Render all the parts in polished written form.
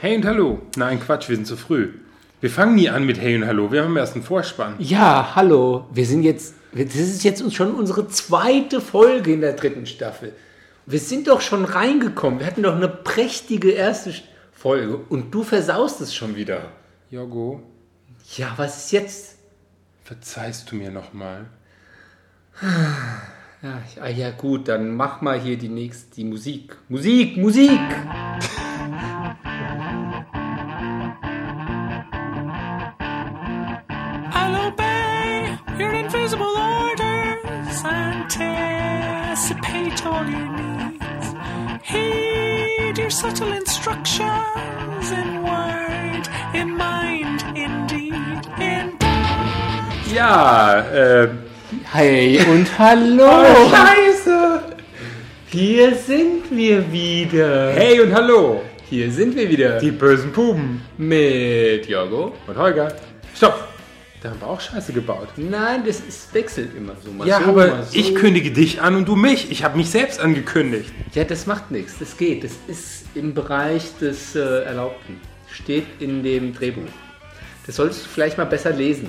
Hey und hallo. Nein, Quatsch, wir sind zu früh. Wir fangen nie an mit Hey und hallo. Wir haben erst einen Vorspann. Ja, hallo. Das ist jetzt schon unsere 2. Folge in der 3. Staffel. Wir sind doch schon reingekommen. Wir hatten doch eine prächtige erste Folge. Und du versaust es schon wieder. Jogo, Ja, was ist jetzt? verzeihst du mir nochmal? Ja, gut, dann mach mal hier die Musik. Musik! I'll obey your invisible orders, anticipate all your needs, heed your subtle instructions in word, in mind, in deed, in Ja, Hey und hallo! Scheiße! Hier sind wir wieder. Hey und hallo! Hier sind wir wieder. Die bösen Puben. Mit Jorgo. Und Holger. Stopp! Da haben wir auch Scheiße gebaut. Nein, das wechselt immer so. Mal Ja, so, aber mal so. ich kündige dich an und du mich. Ich habe mich selbst angekündigt. Ja, das macht nichts. Das geht. Das ist im Bereich des Erlaubten. Steht in dem Drehbuch. Das solltest du vielleicht mal besser lesen.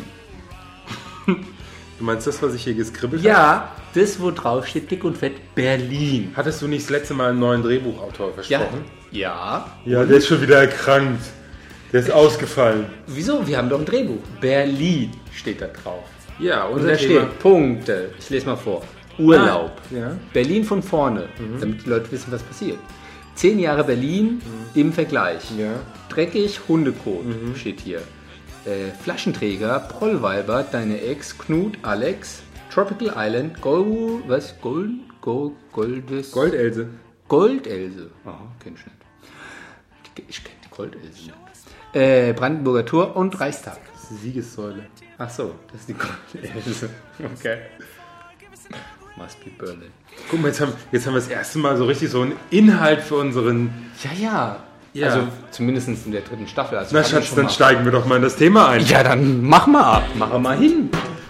Du meinst das, was ich hier geskribbelt habe? Ja, das, wo drauf steht, dick und fett, Berlin. Hattest du nicht das letzte Mal einen neuen Drehbuchautor versprochen? Ja. Ja, der ist schon wieder erkrankt. Der ist ausgefallen. Wieso? Wir haben doch ein Drehbuch. Berlin steht da drauf. Ja, Und da steht Punkte. Ich lese mal vor. Urlaub. Ja. Berlin von vorne, damit die Leute wissen, was passiert. 10 Jahre Berlin im Vergleich. Ja. Dreckig, Hundekot steht hier. Flaschenträger, Prollweiber, deine Ex, Knut, Alex, Tropical Island, Goldes, Goldelse. Goldelse. Aha, kenn ich nicht. Ich kenne die Goldelse nicht. Brandenburger Tor und Reichstag. Das ist die Siegessäule. Ach so, das ist die Goldelse. Okay. Must be Berlin. Guck mal, jetzt haben wir das erste Mal so richtig so einen Inhalt für unseren... Ja. Ja. Also zumindest in der 3. Staffel. Also Na kann ich Schatz, schon dann mal- steigen wir doch mal in das Thema ein. Ja, dann mach mal. Mach mal hin.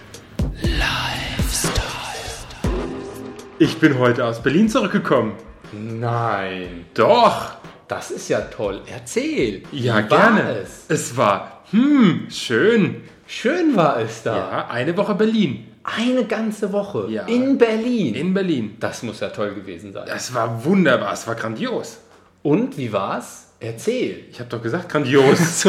Ich bin heute aus Berlin zurückgekommen. Nein. Doch. Das ist ja toll. Erzähl. Ja, Wie war gerne. es? Es war, schön. Schön war es da. Ja, eine Woche Berlin. Eine ganze Woche. Ja. In Berlin. In Berlin. Das muss ja toll gewesen sein. Es war wunderbar, es war grandios. Und wie war's? Erzähl. Ich habe doch gesagt, grandios.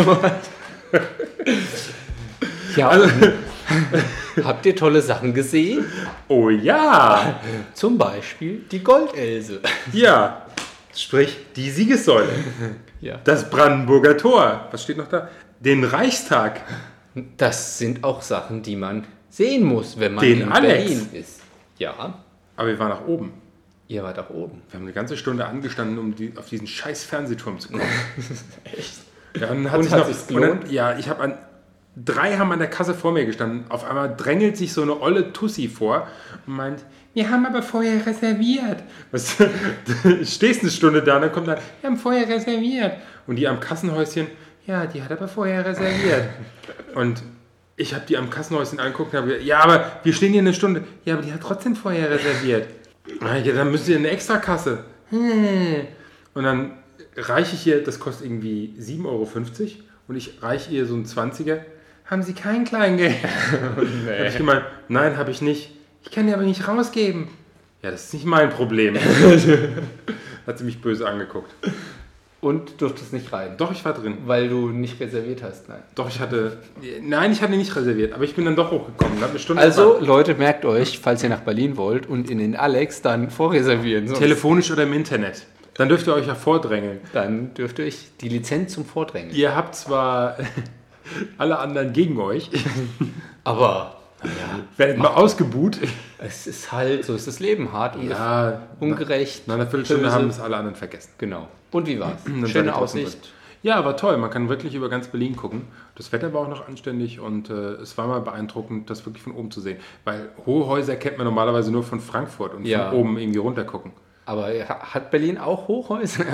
Ja, Also- habt ihr tolle Sachen gesehen? Oh ja. Zum Beispiel die Goldelse. Ja. Sprich, die Siegessäule. Ja. Das Brandenburger Tor. Was steht noch da? Den Reichstag. Das sind auch Sachen, die man sehen muss, wenn man Den in Alex. Berlin ist. Ja, Aber wir waren nach oben. ihr wart auch oben. Wir haben eine ganze Stunde angestanden, um auf diesen scheiß Fernsehturm zu kommen. Echt? Ja, und hat Und sich hat noch, sich's und dann, gelohnt? ja, drei haben an der Kasse vor mir gestanden. Auf einmal drängelt sich so eine olle Tussi vor und meint, wir haben aber vorher reserviert. Was, du stehst eine Stunde da und dann kommt dann, wir haben vorher reserviert. Und die am Kassenhäuschen, ja, die hat aber vorher reserviert. Und ich habe die am Kassenhäuschen angeguckt und habe gesagt, ja, aber wir stehen hier eine Stunde. Ja, aber die hat trotzdem vorher reserviert. Ja, dann müsst ihr eine Extrakasse. Und dann reiche ich ihr, das kostet irgendwie 7,50 Euro und ich reiche ihr so einen 20er. Haben Sie kein Kleingeld? Nee. Habe ich gemeint, nein, habe ich nicht. Ich kann die aber nicht rausgeben. Ja, das ist nicht mein Problem. Hat sie mich böse angeguckt. Und durftest nicht rein. Doch, ich war drin. Weil du nicht reserviert hast. Nein. Doch, ich hatte nicht reserviert, aber ich bin dann doch hochgekommen. Hab eine Stunde Also, gewartet. Leute, merkt euch, falls ihr nach Berlin wollt und in den Alex, dann vorreservieren. Sonst Telefonisch oder im Internet. Dann dürft ihr euch ja vordrängeln. dann dürft ihr euch die Lizenz zum Vordrängen. Ihr habt zwar alle anderen gegen euch, Aber werdet mal ausgebuht. es ist halt, so ist das Leben, hart und Ja, ungerecht. nach einer Viertelstunde böse. haben es alle anderen vergessen. Genau. Und wie war's? Dann seid ihr Schöne trotzdem Aussicht. drin. Ja, war toll. Man kann wirklich über ganz Berlin gucken. Das Wetter war auch noch anständig und es war mal beeindruckend, das wirklich von oben zu sehen. Weil hohe Häuser kennt man normalerweise nur von Frankfurt und Ja. von oben irgendwie runter gucken. Aber hat Berlin auch Hochhäuser?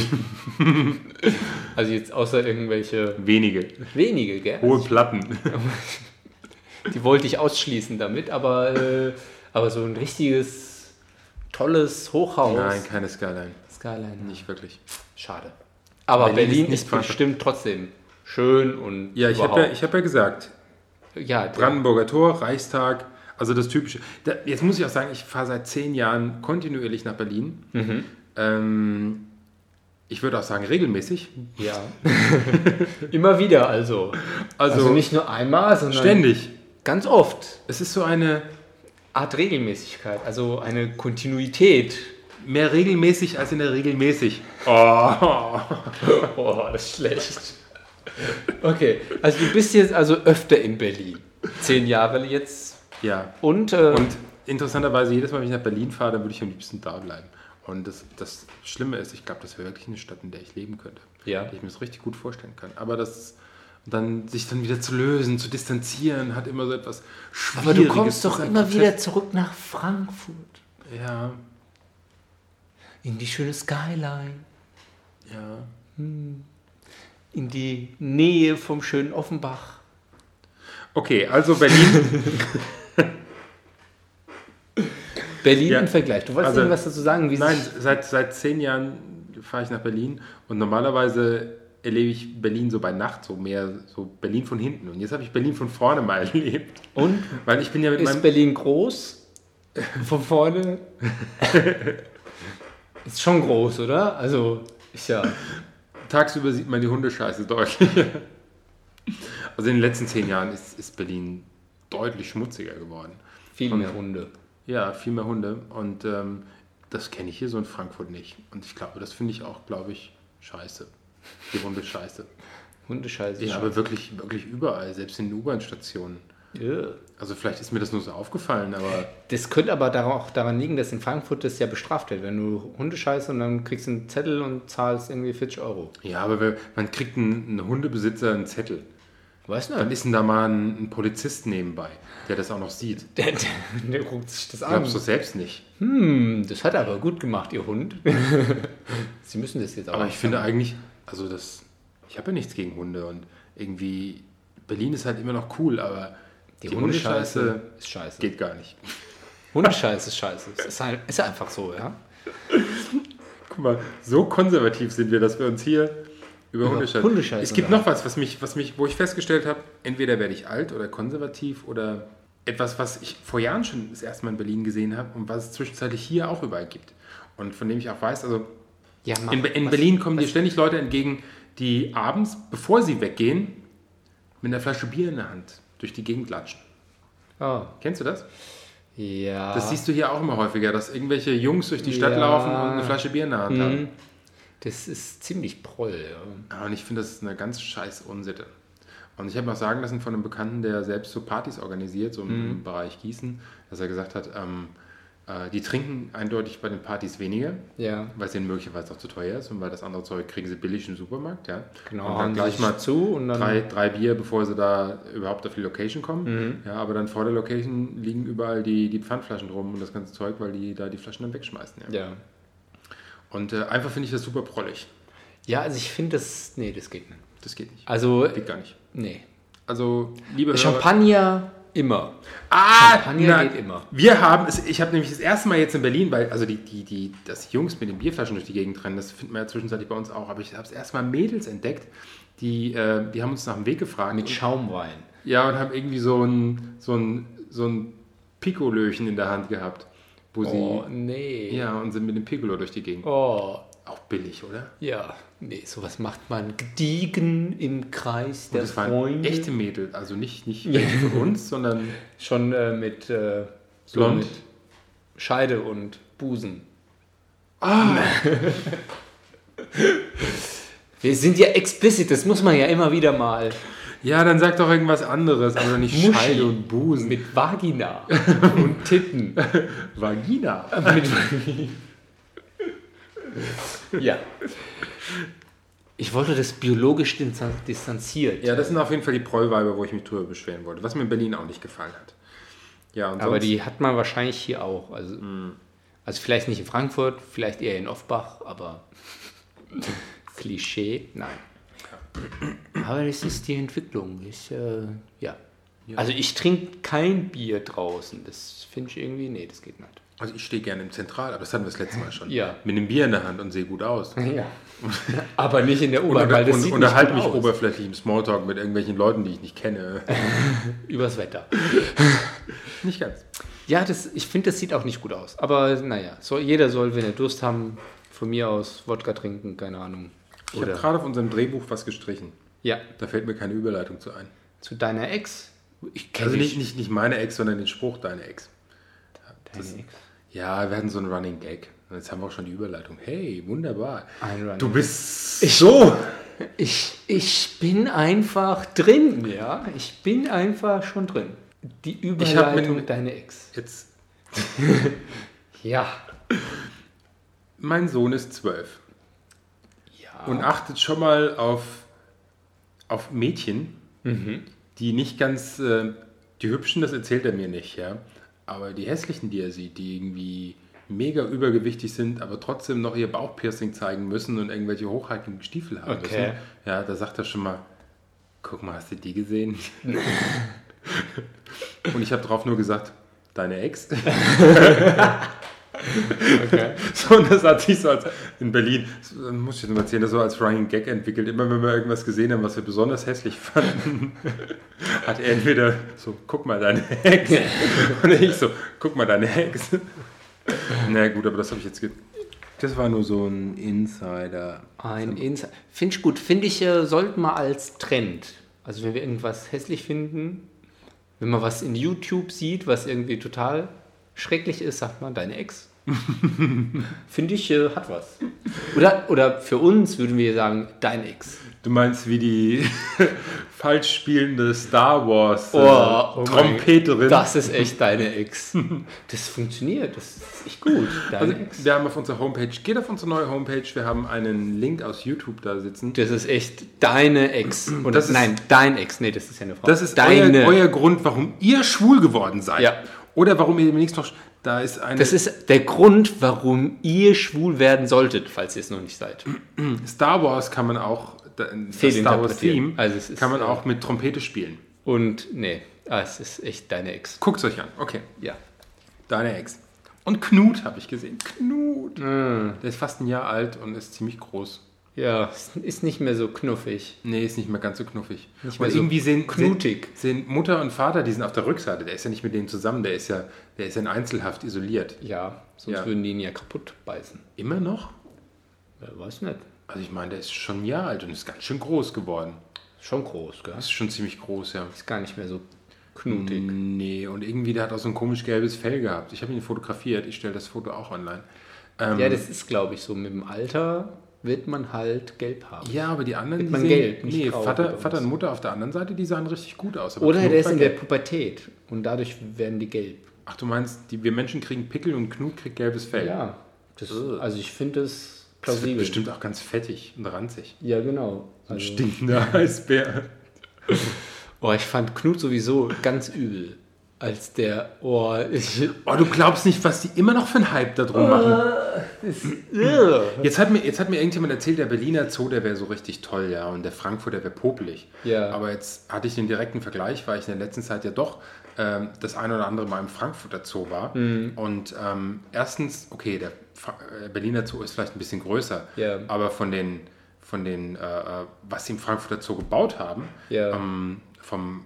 Also jetzt außer irgendwelche Wenige. wenige, gell? Hohe Platten. Die wollte ich ausschließen damit, aber so ein richtiges, tolles Hochhaus. Nein, keine Skyline. Skyline. Nicht wirklich. Schade. Aber Berlin Berlin ist nicht ist Frankfurt. bestimmt trotzdem schön und Ja, ich habe ja gesagt, ja, Brandenburger Tor, Reichstag, also das Typische. Jetzt muss ich auch sagen, ich fahre seit 10 Jahren kontinuierlich nach Berlin. Ich würde auch sagen, regelmäßig. ja. Immer wieder also. Also nicht nur einmal, sondern Ständig. ganz oft. Es ist so eine Art Regelmäßigkeit, also eine Kontinuität. mehr regelmäßig als in der regelmäßig. Oh. Oh, das ist schlecht. Okay, also du bist jetzt also öfter in Berlin. 10 Jahre jetzt. Ja. Und Interessanterweise, jedes Mal, wenn ich nach Berlin fahre, dann würde ich am liebsten da bleiben. Und das Schlimme ist, ich glaube, das wäre wirklich eine Stadt, in der ich leben könnte. Ja. Die ich mir das richtig gut vorstellen kann. Aber sich dann wieder zu lösen, zu distanzieren, hat immer so etwas Schwieriges. aber du kommst Das doch ist ein immer Prozess. wieder zurück nach Frankfurt. Ja, In die schöne Skyline. ja. In die Nähe vom schönen Offenbach. Okay, also Berlin. Berlin Ja. im Vergleich. Du wolltest Also, irgendwas dazu sagen? Wie Nein, sich- seit 10 Jahren fahre ich nach Berlin und normalerweise erlebe ich Berlin so bei Nacht, so mehr so Berlin von hinten. Und jetzt habe ich Berlin von vorne mal erlebt. Und? Weil ich bin ja mit Ist meinem... Berlin groß? Von vorne? Ist schon groß, oder? Also, ist ja... Tagsüber sieht man die Hundescheiße deutlich. Also in den letzten 10 Jahren ist Berlin deutlich schmutziger geworden. Viel mehr Hunde. Ja, viel mehr Hunde. Und das kenne ich hier so in Frankfurt nicht. Und ich glaube, das finde ich auch, scheiße. Die Hundescheiße. Hundescheiße. Ja, aber wirklich, wirklich überall, selbst in den U-Bahn-Stationen. Ja. Also vielleicht ist mir das nur so aufgefallen, aber Das könnte aber auch daran liegen, dass in Frankfurt das ja bestraft wird. Wenn du Hundescheiße und dann kriegst du einen Zettel und zahlst irgendwie 40 Euro. ja, aber man kriegt einen Hundebesitzer einen Zettel. Weißt du? Dann ist denn da mal ein Polizist nebenbei, der das auch noch sieht. Der guckt sich das an. Glaubst du selbst nicht? Das hat er aber gut gemacht, ihr Hund. Sie müssen das jetzt auch. Aber ich finde eigentlich, ich habe ja nichts gegen Hunde und irgendwie, Berlin ist halt immer noch cool, aber die Hundescheiße ist scheiße. geht gar nicht. Hundescheiße ist scheiße. Ist einfach so, ja. Guck mal, so konservativ sind wir, dass wir uns hier über Hundescheiße... Es gibt noch was, wo ich festgestellt habe, entweder werde ich alt oder konservativ oder etwas, was ich vor Jahren schon das erste Mal in Berlin gesehen habe und was es zwischenzeitlich hier auch überall gibt. Und von dem ich auch weiß, also Ja, in Berlin kommen dir ständig Leute entgegen, die abends, bevor sie weggehen, mit einer Flasche Bier in der Hand durch die Gegend latschen. Oh, Kennst du das? ja. Das siehst du hier auch immer häufiger, dass irgendwelche Jungs durch die Stadt Ja. laufen und eine Flasche Bier in der Hand haben. Das ist ziemlich proll, ja. Ja, und ich finde, das ist eine ganz scheiß Unsitte. Und ich habe auch sagen lassen von einem Bekannten, der selbst so Partys organisiert, so im Bereich Gießen, dass er gesagt hat, die trinken eindeutig bei den Partys weniger, Ja. weil es ihnen möglicherweise auch zu teuer ist und weil das andere Zeug kriegen sie billig im Supermarkt. Ja. Genau, Und hauen dann gleich sich mal zu und dann... drei Bier, bevor sie da überhaupt auf die Location kommen. Ja, aber dann vor der Location liegen überall die Pfandflaschen rum und das ganze Zeug, weil die da die Flaschen dann wegschmeißen. Ja. Ja. Und einfach finde ich das super prollig. Ja, also ich finde das... Nee, das geht nicht. Das geht nicht. Also, Geht gar nicht. nee. Also, liebe Hörer... Champagner immer. Ah, Champagner geht immer. Wir haben es, ich habe nämlich das erste Mal jetzt in Berlin, weil, also dass Jungs mit den Bierflaschen durch die Gegend rennen, das finden wir ja zwischenzeitlich bei uns auch, aber ich habe es erstmal Mädels entdeckt, die haben uns nach dem Weg gefragt. Mit Schaumwein. Ja, und haben irgendwie so ein Pikolöchen in der Hand gehabt, wo Oh, sie, nee. ja, und sind mit dem Piccolo durch die Gegend. Oh, Auch billig, oder? ja. Nee, sowas macht man gediegen im Kreis Und der das waren Freunde. echte Mädels, also nicht welche von uns, sondern Schon mit so Blond. mit Scheide und Busen. Wir sind ja explicit, das muss man ja immer wieder mal. ja, dann sag doch irgendwas anderes, aber nicht Muschi. Scheide und Busen. Mit Vagina und Titten. Vagina. Mit ja. Ich wollte das biologisch distanziert. Ja, das sind auf jeden Fall die Prollweiber, wo ich mich drüber beschweren wollte, was mir in Berlin auch nicht gefallen hat. Ja, und Aber sonst- die hat man wahrscheinlich hier auch. Also vielleicht nicht in Frankfurt, vielleicht eher in Offbach, aber Klischee, nein. Aber das ist die Entwicklung. Ja. Also ich trinke kein Bier draußen. Das finde ich irgendwie, nee, das geht nicht. Also ich stehe gerne im Zentral, aber das hatten wir das letzte Mal schon. Ja. Mit einem Bier in der Hand und sehe gut aus. Ja. Aber nicht in der Und, U-Bahn, weil das sieht unterhalte nicht mich gut aus. oberflächlich im Smalltalk mit irgendwelchen Leuten, die ich nicht kenne. Übers Wetter. Nicht ganz. Ja, ich finde, das sieht auch nicht gut aus. Aber naja, jeder soll, wenn er Durst haben, von mir aus Wodka trinken, keine Ahnung. Ich habe gerade auf unserem Drehbuch was gestrichen. Ja, Da fällt mir keine Überleitung zu ein. zu deiner Ex. Ich kenne Also nicht meine Ex, sondern den Spruch deine Ex. deine Ex. Ja, wir hatten so einen Running Gag. Und jetzt haben wir auch schon die Überleitung. Hey, wunderbar. Ein Running Du bist so. Ich bin einfach drin, ja. Ich bin einfach schon drin. Die Ich hab Überleitung, mit- deine Ex. Jetzt, Ja. mein Sohn ist 12 Ja. und achtet schon mal auf Mädchen, die nicht ganz, die hübschen, das erzählt er mir nicht, ja. Aber die hässlichen, die er sieht, die irgendwie mega übergewichtig sind, aber trotzdem noch ihr Bauchpiercing zeigen müssen und irgendwelche hochhackigen Stiefel haben Okay. müssen. Ja, da sagt er schon mal, guck mal, hast du die gesehen? Und ich habe drauf nur gesagt, deine Ex? Okay. So, und das hat sich so als in Berlin, das muss ich jetzt mal erzählen, das so als Running Gag entwickelt. Immer wenn wir irgendwas gesehen haben, was wir besonders hässlich fanden, hat er entweder so, guck mal deine Ex. Und ich so, guck mal deine Ex. Na gut, aber das habe ich jetzt. Das war nur so ein Insider. Finde ich gut. Finde ich, sollten wir als Trend. Also wenn wir irgendwas hässlich finden, wenn man was in YouTube sieht, was irgendwie total schrecklich ist, sagt man, deine Ex. Finde ich, hat was. Oder für uns würden wir sagen, dein Ex. Du meinst wie die falsch spielende Star Wars Oh Trompeterin. Das ist echt deine Ex. Das funktioniert, das ist echt gut. Deine Also, Ex. wir haben auf unserer Homepage, geht auf unsere neue Homepage, wir haben einen Link aus YouTube da sitzen. Das ist echt deine Ex. Oder, Das ist- nein, dein Ex. Nee, das ist ja eine Frau. Das ist deine. euer Grund, warum ihr schwul geworden seid. Ja. Oder warum ihr demnächst noch, da ist eine Das ist der Grund, warum ihr schwul werden solltet, falls ihr es noch nicht seid. Star Wars kann man auch, das Star Wars Fehlinterpretieren. Theme Also es ist, kann man auch mit Trompete spielen. Und nee, es ist echt deine Ex. Guckt euch an, okay. Ja. Deine Ex. Und Knut habe ich gesehen. Knut. Der ist fast ein Jahr alt und ist ziemlich groß. Ja, ist nicht mehr so knuffig. Nee, ist nicht mehr ganz so knuffig. Nicht mehr Und so irgendwie knutig. sehen Mutter und Vater, die sind auf der Rückseite. Der ist ja nicht mit denen zusammen, der ist ja in Einzelhaft isoliert. Ja, sonst Ja. würden die ihn ja kaputt beißen. Immer noch? Weiß nicht. Also ich meine, der ist schon ein Jahr alt und ist ganz schön groß geworden. Schon groß, gell? Das ist schon ziemlich groß, ja. Ist gar nicht mehr so knutig. Nee, und irgendwie, der hat auch so ein komisch gelbes Fell gehabt. Ich habe ihn fotografiert, ich stelle das Foto auch online. Ja, das ist, glaube ich, so. Mit dem Alter wird man halt gelb haben. Ja, aber die anderen, Wird man die gelb, nicht nee, grau Vater, bei uns. Vater und Mutter auf der anderen Seite, die sahen richtig gut aus. Aber Oder Knut der ist war in der gelb. Pubertät und dadurch werden die gelb. Ach, du meinst, wir Menschen kriegen Pickel und Knut kriegt gelbes Fell? Ja, also ich finde das Das wird plausibel. bestimmt auch ganz fettig und ranzig. Ja, genau. Ein Also, stinkender Eisbär. ich fand Knut sowieso ganz übel. Als der, Oh, du glaubst nicht, was die immer noch für einen Hype da drum machen. Jetzt hat mir irgendjemand erzählt, der Berliner Zoo, der wäre so richtig toll, ja, und der Frankfurter wäre popelig. Ja. Aber jetzt hatte ich den direkten Vergleich, weil ich in der letzten Zeit ja doch das ein oder andere Mal im Frankfurter Zoo war. Und erstens, okay, der Berliner Zoo ist vielleicht ein bisschen größer, Ja. aber von den was sie im Frankfurter Zoo gebaut haben, Ja. vom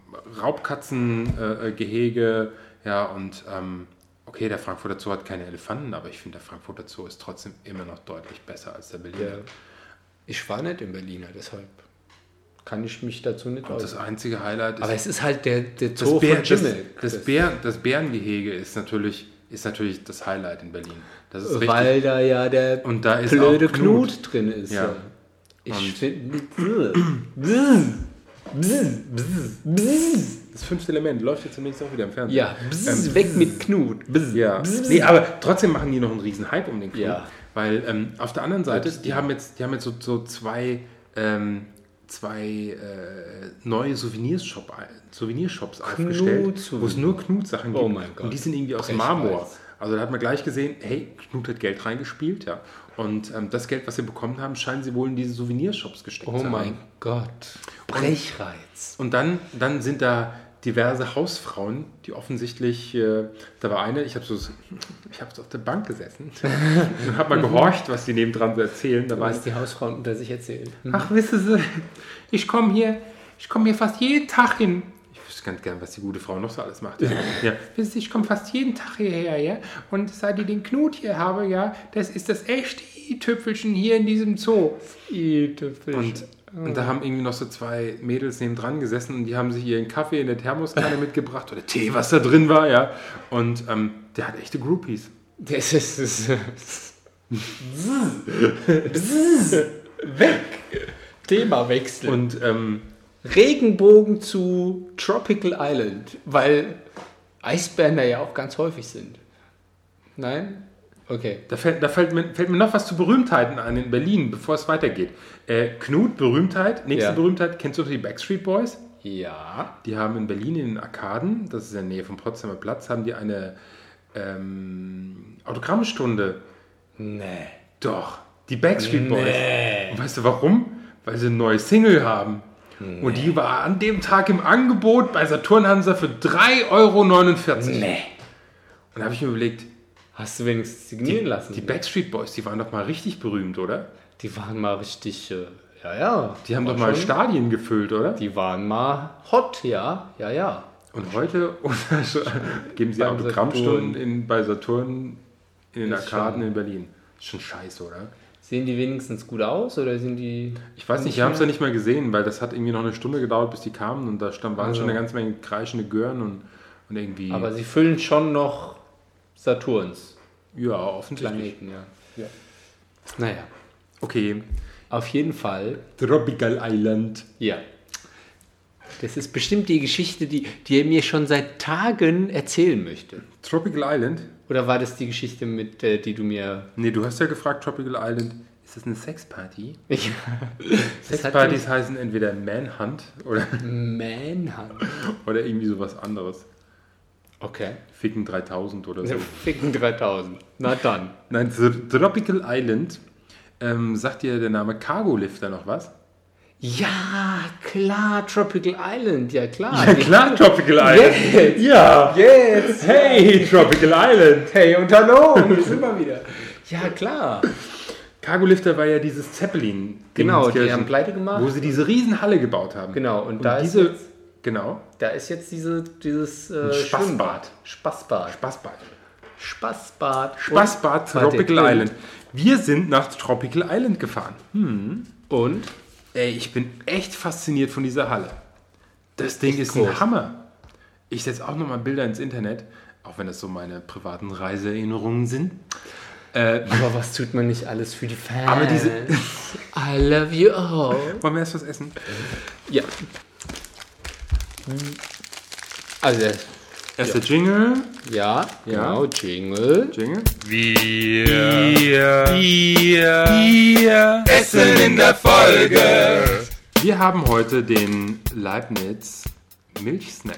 Raubkatzengehege, ja, und okay, der Frankfurter Zoo hat keine Elefanten, aber ich finde, der Frankfurter Zoo ist trotzdem immer noch deutlich besser als der Berliner. Ja. Ich war nicht im Berliner, deshalb kann ich mich dazu nicht Und das äußern. einzige Highlight ist, Aber es ist halt der das, Zoo Bär, von Jimmel. das Bärengehege ist natürlich das Highlight in Berlin. Das ist richtig. Weil da ja der Und da ist blöde auch Knut. Knut drin ist. Ja. Ja. Ich Und- finde... Das 5. Element läuft jetzt demnächst auch wieder im Fernsehen. Ja, weg mit Knut. Ja, nee, aber trotzdem machen die noch einen riesen Hype um den Knut. Ja. Weil auf der anderen Seite, die haben jetzt so zwei neue Souvenirshops aufgestellt, wo es nur Knut-Sachen gibt. Oh mein Gott. Und die sind irgendwie aus Brechreiz. Marmor. Also da hat man gleich gesehen, hey, Knut hat Geld reingespielt, ja. Und das Geld, was sie bekommen haben, scheinen sie wohl in diese Souvenirshops gesteckt Oh zu haben. mein Gott. Brechreiz. Und dann sind da diverse Hausfrauen, die offensichtlich, da war eine, ich habe so auf der Bank gesessen und habe mal gehorcht, was die nebendran so erzählen. Da war Was die Hausfrauen unter sich erzählen. ach, wissen Sie, ich komme hier fast jeden Tag hin. Ich wüsste ganz gern, was die gute Frau noch so alles macht. Ja. Wissen Sie, ich komme fast jeden Tag hierher, ja. Und seit ich den Knut hier habe, ja, das ist das echte i-Tüpfelchen hier in diesem Zoo. I-Tüpfelchen. Und da haben irgendwie noch so 2 Mädels nebendran gesessen und die haben sich ihren Kaffee in der Thermoskanne mitgebracht oder Tee, was da drin war, ja. Und der hat echte Groupies. Das ist weg. Themawechsel. Und Regenbogen zu Tropical Island, weil Eisbären da ja auch ganz häufig sind. Nein? Okay. da fällt mir noch was zu Berühmtheiten an in Berlin, bevor es weitergeht. Knut, Berühmtheit, nächste Ja. Berühmtheit, kennst du die Backstreet Boys? Ja. Die haben in Berlin in den Arkaden, das ist in der Nähe vom Potsdamer Platz, haben die eine Autogrammstunde. Nee. Doch, die Backstreet Boys. Nee. Und weißt du warum? Weil sie eine neue Single haben. Und die war an dem Tag im Angebot bei Saturn Hansa für 3,49 Euro. Nee. Und da habe ich mir überlegt, Hast du wenigstens signieren lassen? die Backstreet Boys, die waren doch mal richtig berühmt, oder? Die waren mal richtig, ja. Die haben War doch mal schon- Stadien gefüllt, oder? Die waren mal hot, ja. Und heute geben sie Beim Autogrammstunden bei Saturn in den Ist Arkaden schon- in Berlin. Ist schon scheiße, oder? Sehen die wenigstens gut aus oder sind die... Ich weiß nicht, wir haben es ja nicht mal gesehen, weil das hat irgendwie noch eine Stunde gedauert, bis die kamen und da waren Also. schon eine ganze Menge kreischende Gören und irgendwie... Aber sie füllen schon noch Saturns ja, offensichtlich. Planeten, ja. Naja, Okay, auf jeden Fall, Tropical Island. ja. Das ist bestimmt die Geschichte, die er mir schon seit Tagen erzählen möchte. Tropical Island? Oder war das die Geschichte, mit die du mir... Nee, du hast ja gefragt, Tropical Island, ist das eine Sexparty? Ich, Sexpartys heißen entweder Manhunt oder, Manhunt. oder irgendwie sowas anderes. Okay. Ficken 3000 oder so. Ficken 3000. Na dann. Nein, Tropical Island, sagt dir der Name Cargo Lifter noch was? Ja, klar, Tropical Island, ja klar. Ja klar, Tropical Island. Jetzt. Ja. Jetzt. Hey, Tropical Island. Hey und hallo, hier sind wir wieder. Ja, klar. Cargo Lifter war ja dieses Zeppelin. Genau, die Dingenskirchen, haben pleite gemacht. wo sie diese Riesenhalle gebaut haben. Genau, und da ist diese, jetzt- genau, Da ist jetzt dieses Spaßbad. Schwimmbad. Spaßbad. Spaßbad. Spaßbad. Spaßbad Warte, Tropical Clint. Island. Wir sind nach Tropical Island gefahren. Und? Ey, ich bin echt fasziniert von dieser Halle. Das Ding ist ein groß. Hammer. Ich setze auch nochmal Bilder ins Internet, auch wenn das so meine privaten Reiseerinnerungen sind. Aber was tut man nicht alles für die Fans? Aber diese- I love you all. Wollen wir erst was essen? Ja. Also, Erst der Jingle. ja, genau, Jingle. Jingle. Essen in der Folge. Wir haben heute den Leibniz Milchsnack.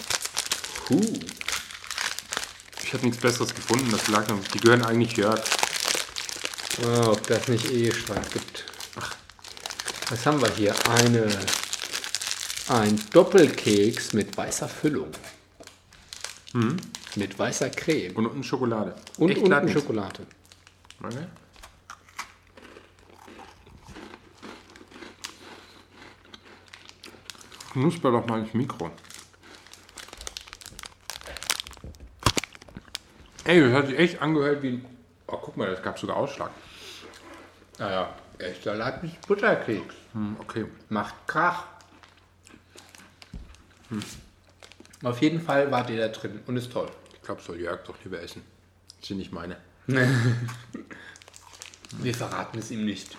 Ich habe nichts Besseres gefunden, das lag noch. Die gehören eigentlich Jörg. Oh, ob das nicht Eheschrank gibt. Ach, was haben wir hier? Ein Doppelkeks mit weißer Füllung. Mit weißer Creme. Und unten Schokolade. Und Echt unten Leibniz. Schokolade. Okay. Knusper doch mal ins Mikro. Ey, das hat sich echt angehört wie ein... Oh, guck mal, das gab sogar Ausschlag. Naja, echter Leibniz Butterkeks. Okay. Macht Krach. Auf jeden Fall wart ihr da drin und ist toll. Ich glaube, soll Jörg doch lieber essen. Das sind nicht meine. Wir verraten es ihm nicht.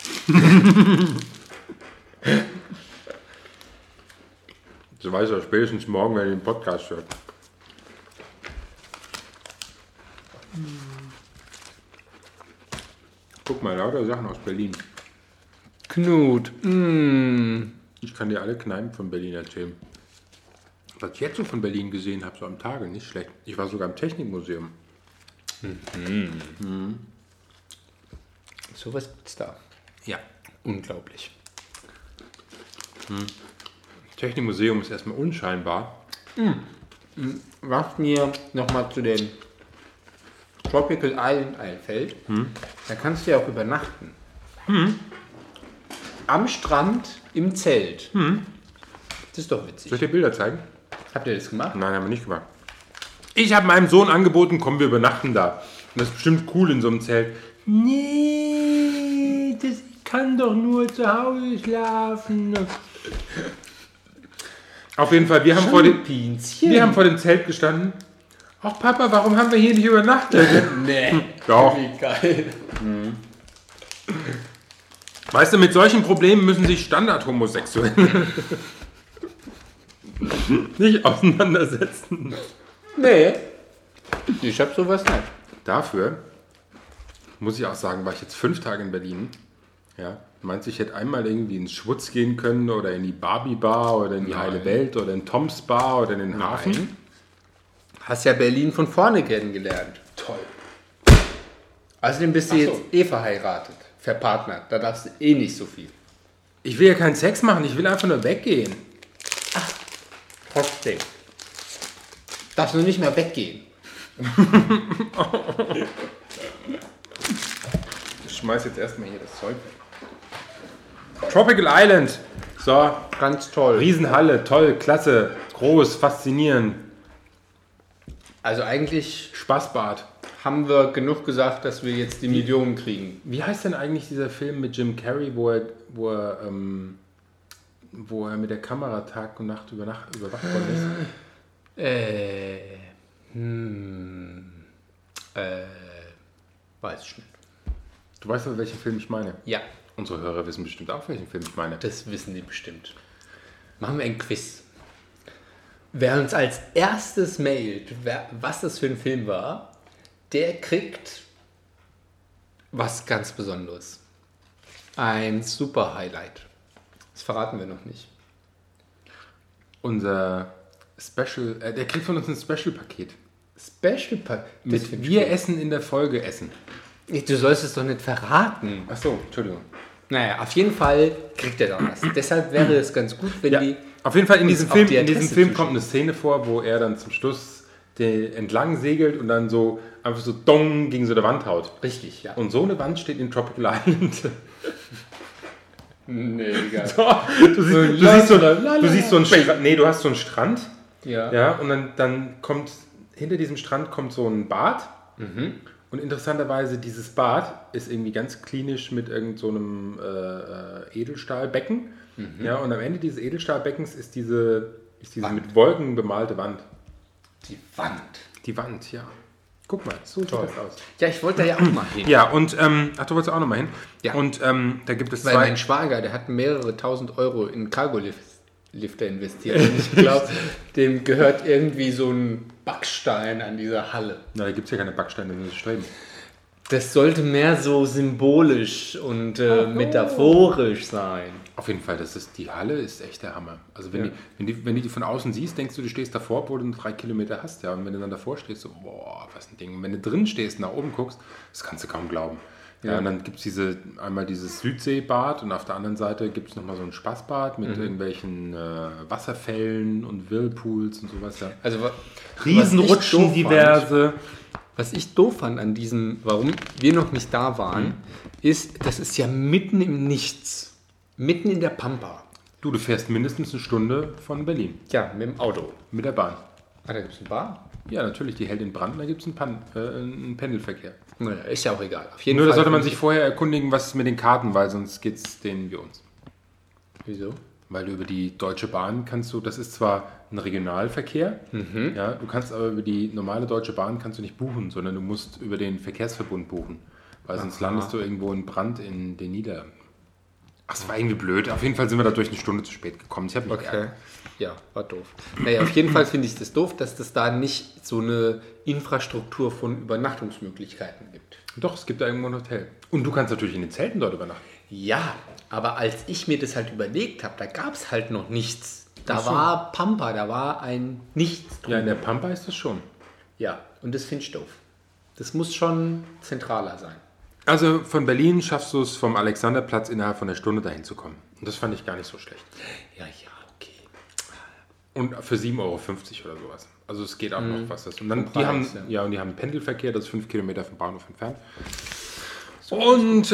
Das weiß er spätestens morgen, wenn er den Podcast hört. Guck mal, lauter Sachen aus Berlin. Knut. Ich kann dir alle Kneipen von Berlin erzählen. Was ich jetzt so von Berlin gesehen habe, so am Tage, nicht schlecht. Ich war sogar im Technikmuseum. Sowas gibt's da. Ja. Unglaublich. Technikmuseum ist erstmal unscheinbar. Was mir nochmal zu dem Tropical Island einfällt, da kannst du ja auch übernachten. Am Strand, im Zelt. Das ist doch witzig. Soll ich dir Bilder zeigen? Habt ihr das gemacht? Nein, haben wir nicht gemacht. Ich habe meinem Sohn angeboten, komm, wir übernachten da. Und das ist bestimmt cool in so einem Zelt. Nee, ich kann doch nur zu Hause schlafen. Auf jeden Fall, wir haben vor dem Zelt gestanden. Ach Papa, warum haben wir hier nicht übernachtet? Nee. Doch. Wie geil. Weißt du, mit solchen Problemen müssen sich Standard-Homosexuelle nicht auseinandersetzen. Nee. Ich hab sowas nicht. Dafür, muss ich auch sagen, war ich jetzt 5 Tage in Berlin. Ja, meinst du, ich hätte einmal irgendwie ins Schwutz gehen können oder in die Barbie-Bar oder in die Heile Welt oder in Toms Bar oder in den Hafen? Hast ja Berlin von vorne kennengelernt. Toll. Außerdem bist du jetzt verheiratet, verpartnert. Da darfst du nicht so viel. Ich will ja keinen Sex machen, ich will einfach nur weggehen. Trotzdem. Darfst du nicht mehr weggehen. Ich schmeiß jetzt erstmal hier das Zeug weg. Tropical Island. So, Ganz toll. Riesenhalle, toll, klasse, groß, faszinierend. Also eigentlich Spaßbad. haben wir genug gesagt, dass wir jetzt die Millionen kriegen. Wie heißt denn eigentlich dieser Film mit Jim Carrey, wo er mit der Kamera Tag und Nacht überwacht worden ist? Weiß ich nicht. Du weißt aber, welchen Film ich meine. Ja, Unsere Hörer wissen bestimmt auch, welchen Film ich meine. das wissen die bestimmt. Machen wir ein Quiz. Wer uns als erstes mailt, was das für ein Film war, der kriegt was ganz Besonderes. Ein super Highlight. Das verraten wir noch nicht. Unser Special, der kriegt von uns ein Special-Paket. Special Mit Wir essen in der Folge essen. Du sollst es doch nicht verraten. Achso, Entschuldigung. Naja, auf jeden Fall kriegt er da was. Deshalb wäre es ganz gut, wenn die... Auf jeden Fall in diesem uns Film, auf die Adresse kommt zuschicken. eine Szene vor, wo er dann zum Schluss entlang segelt und dann so einfach so dong gegen so eine Wand haut. Richtig, ja. Und so eine Wand steht in Tropical Island. Nee, egal. Du siehst so einen Strand. Nee, du hast so einen Strand. Ja. Ja, und dann kommt hinter diesem Strand kommt so ein Bad. Und interessanterweise, dieses Bad ist irgendwie ganz klinisch mit irgend so einem Edelstahlbecken. Ja, und am Ende dieses Edelstahlbeckens ist diese mit Wolken bemalte Wand. Die Wand. Die Wand, ja. Guck mal, so sieht das aus. Ja, ich wollte da ja auch mal hin. Ja, und, du wolltest auch noch mal hin? Ja. Und da gibt es Weil zwei... mein Schwager, der hat mehrere tausend Euro in Cargolifter investiert. Und ich glaube, dem gehört irgendwie so ein Backstein an dieser Halle. Na, da gibt es ja keine Backsteine, die streben. Das sollte mehr so symbolisch und metaphorisch sein. Auf jeden Fall, die Halle ist echt der Hammer. Also wenn du die von außen siehst, denkst du stehst davor, obwohl du 3 Kilometer hast. Ja, und wenn du dann davor stehst, so, boah, was ein Ding. Und wenn du drin stehst, nach oben guckst, das kannst du kaum glauben. Ja, und dann gibt es einmal dieses Südseebad und auf der anderen Seite gibt es nochmal so ein Spaßbad mit irgendwelchen Wasserfällen und Whirlpools und sowas. Ja. Also Riesenrutschen, diverse. Was ich doof fand an diesem, warum wir noch nicht da waren, ist, das ist ja mitten im Nichts. Mitten in der Pampa. Du fährst mindestens eine Stunde von Berlin. Ja, mit dem Auto. Mit der Bahn. Ah, da gibt es eine Bar? Ja, natürlich, die hält in Brand, da gibt es einen Pendelverkehr. Naja, ist ja auch egal. Auf jeden Nur da Fall sollte man sich vorher erkundigen, was ist mit den Karten, weil sonst geht es denen wie uns. Wieso? Weil du über die Deutsche Bahn das ist zwar ein Regionalverkehr, ja, du kannst aber über die normale Deutsche Bahn kannst du nicht buchen, sondern du musst über den Verkehrsverbund buchen, weil sonst landest du irgendwo in Brand in den Niederlanden. Ach, das war irgendwie blöd. Auf jeden Fall sind wir dadurch eine Stunde zu spät gekommen. Ich habe mich geärgert. Ja, war doof. Naja, auf jeden Fall finde ich das doof, dass es da nicht so eine Infrastruktur von Übernachtungsmöglichkeiten gibt. Doch, es gibt da irgendwo ein Hotel. Und du kannst natürlich in den Zelten dort übernachten. Ja, aber als ich mir das halt überlegt habe, da gab es halt noch nichts. Da Ach so. war Pampa, da war ein Nichts drin. Ja, in der Pampa ist das schon. Ja, und das finde ich doof. Das muss schon zentraler sein. Also von Berlin schaffst du es vom Alexanderplatz innerhalb von einer Stunde dahin zu kommen. Und das fand ich gar nicht so schlecht. Ja, okay. Und für 7,50 Euro oder sowas. Also es geht auch noch was. Und dann, Preis, die haben ja. und die haben Pendelverkehr, das ist 5 Kilometer vom Bahnhof entfernt. Und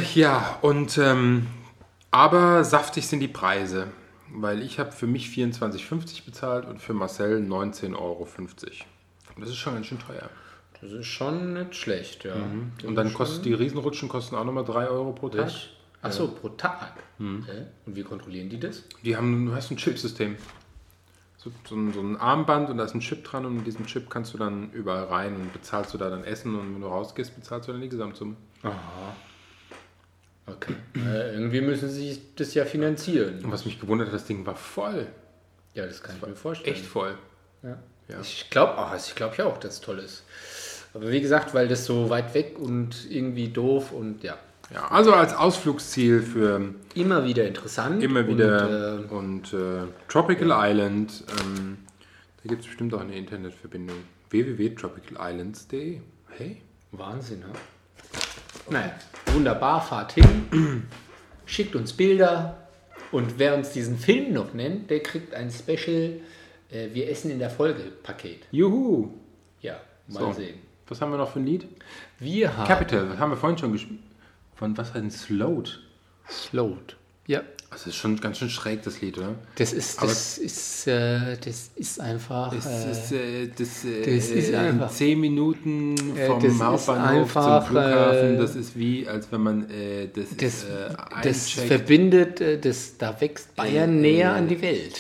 aber saftig sind die Preise. Weil ich habe für mich 24,50 bezahlt und für Marcel 19,50 Euro. Und das ist schon ganz schön teuer. Das ist schon nicht schlecht, ja. Und dann kostet die Riesenrutschen kosten auch nochmal 3 Euro pro Tag. Achso, pro Tag. Und wie kontrollieren die das? Du hast ein Chipsystem. So ein Armband und da ist ein Chip dran und mit diesem Chip kannst du dann überall rein und bezahlst du da dann Essen und wenn du rausgehst, bezahlst du dann die Gesamtsumme. Aha. Okay. Irgendwie müssen sie das ja finanzieren. Und was mich gewundert hat, das Ding war voll. Ja, das kann ich mir vorstellen. Echt voll. Ja. Ja. Ich glaube ja auch, dass es toll ist. Aber wie gesagt, weil das so weit weg und irgendwie doof und ja. Ja, also als Ausflugsziel für Immer wieder interessant. und Tropical Island, da gibt es bestimmt auch eine Internetverbindung. www.tropical-islands.de. Hey? Wahnsinn, ja. Naja, wunderbar, fahrt hin, schickt uns Bilder und wer uns diesen Film noch nennt, der kriegt ein Special Wir essen in der Folge Paket. Juhu! Ja, mal So. sehen. Was haben wir noch für ein Lied? Wir haben Capital, das haben wir vorhin schon gespielt. Von was heißt denn Slowed? Slowed. Ja, Das ist schon ganz schön schräg, das Lied, oder? das ist einfach. Das ist einfach- 10 Minuten vom das ist Hauptbahnhof einfach, zum Flughafen. Das ist wie, als wenn man das eincheckt. verbindet, da wächst Bayern näher an die Welt.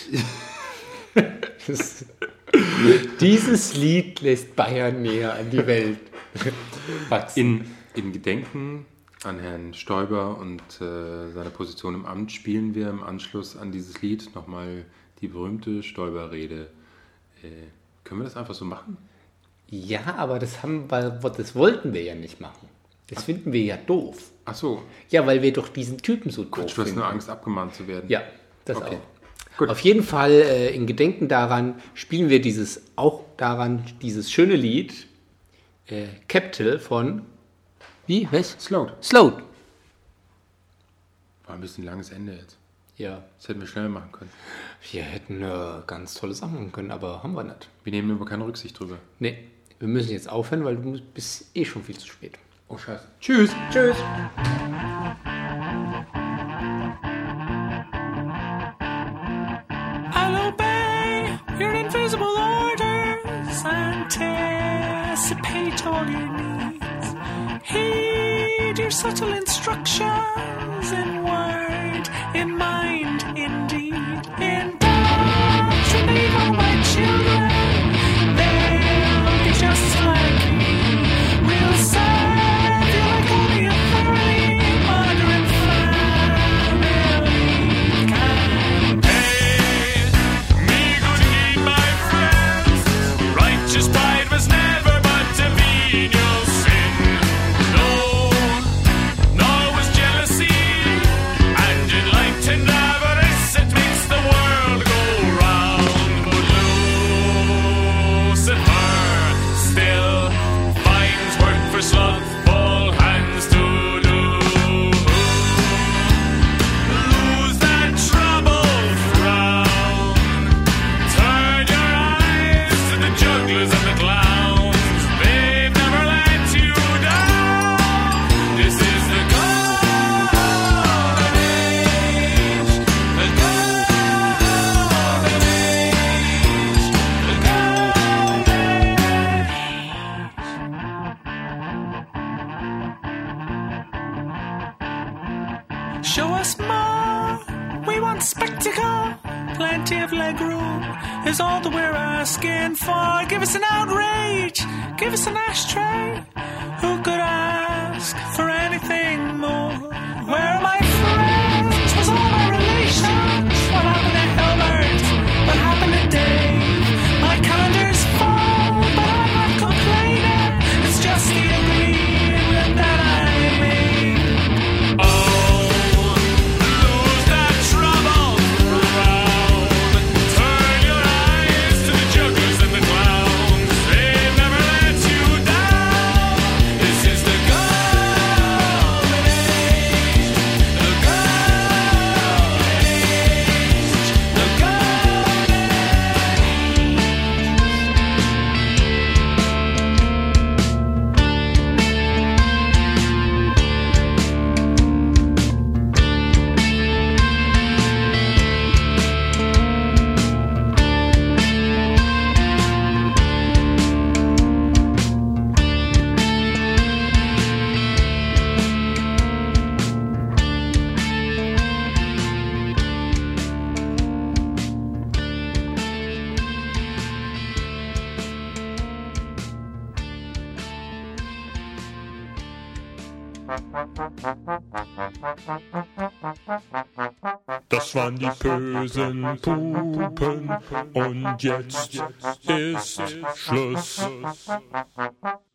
Dieses Lied lässt Bayern näher an die Welt wachsen. In Gedenken an Herrn Stoiber und seine Position im Amt spielen wir im Anschluss an dieses Lied nochmal die berühmte Stoiber-Rede. Können wir das einfach so machen? Ja, aber das wollten wir ja nicht machen. Das finden wir ja doof. Ach so, Ja, weil wir doch diesen Typen so doof du hast finden. nur Angst, abgemahnt zu werden. Ja, das Okay. auch. Gut. Auf jeden Fall in Gedenken daran spielen wir dieses schöne Lied Capital von Slowed. Slowed. War ein bisschen langes Ende jetzt. Ja, Das hätten wir schneller machen können. wir hätten ganz tolle Sachen machen können, aber haben wir nicht. Wir nehmen aber keine Rücksicht drüber. Nee, wir müssen jetzt aufhören, weil du bist eh schon viel zu spät. Oh, scheiße. Tschüss. Tschüss. I'll obey your invisible orders, anticipate all your needs, heed your subtle instructions in word, in mind, in deed, indoctrinate all my children, they'll be just like me, we'll serve you like all the authority, mother and family can me good need my friends. Righteous pride was never but a venial sin. No, nor was jealousy, and enlightened avarice, it makes the world go round. But Lucifer still finds work for slothful hands to do. Lose that troubled frown. Turn your eyes to the jugglers and the clowns. They've never let you down. This is the golden age. The golden age. The golden age. Show us more. We want spectacle. Plenty of leg room is all that we're asking for. Give us an outrage. Give us an ashtray. Who could ask for anything more? Where are my friends? Was all my relations? What happened to Hilbert? What happened to Dave? My calendar's full, but I'm not complaining. It's just the agreement that I made. Lose that troubled frown. Turn your eyes to the jugglers and the clowns. They've never let you down. This is the golden Das waren die bösen Pupen und jetzt ist Schluss.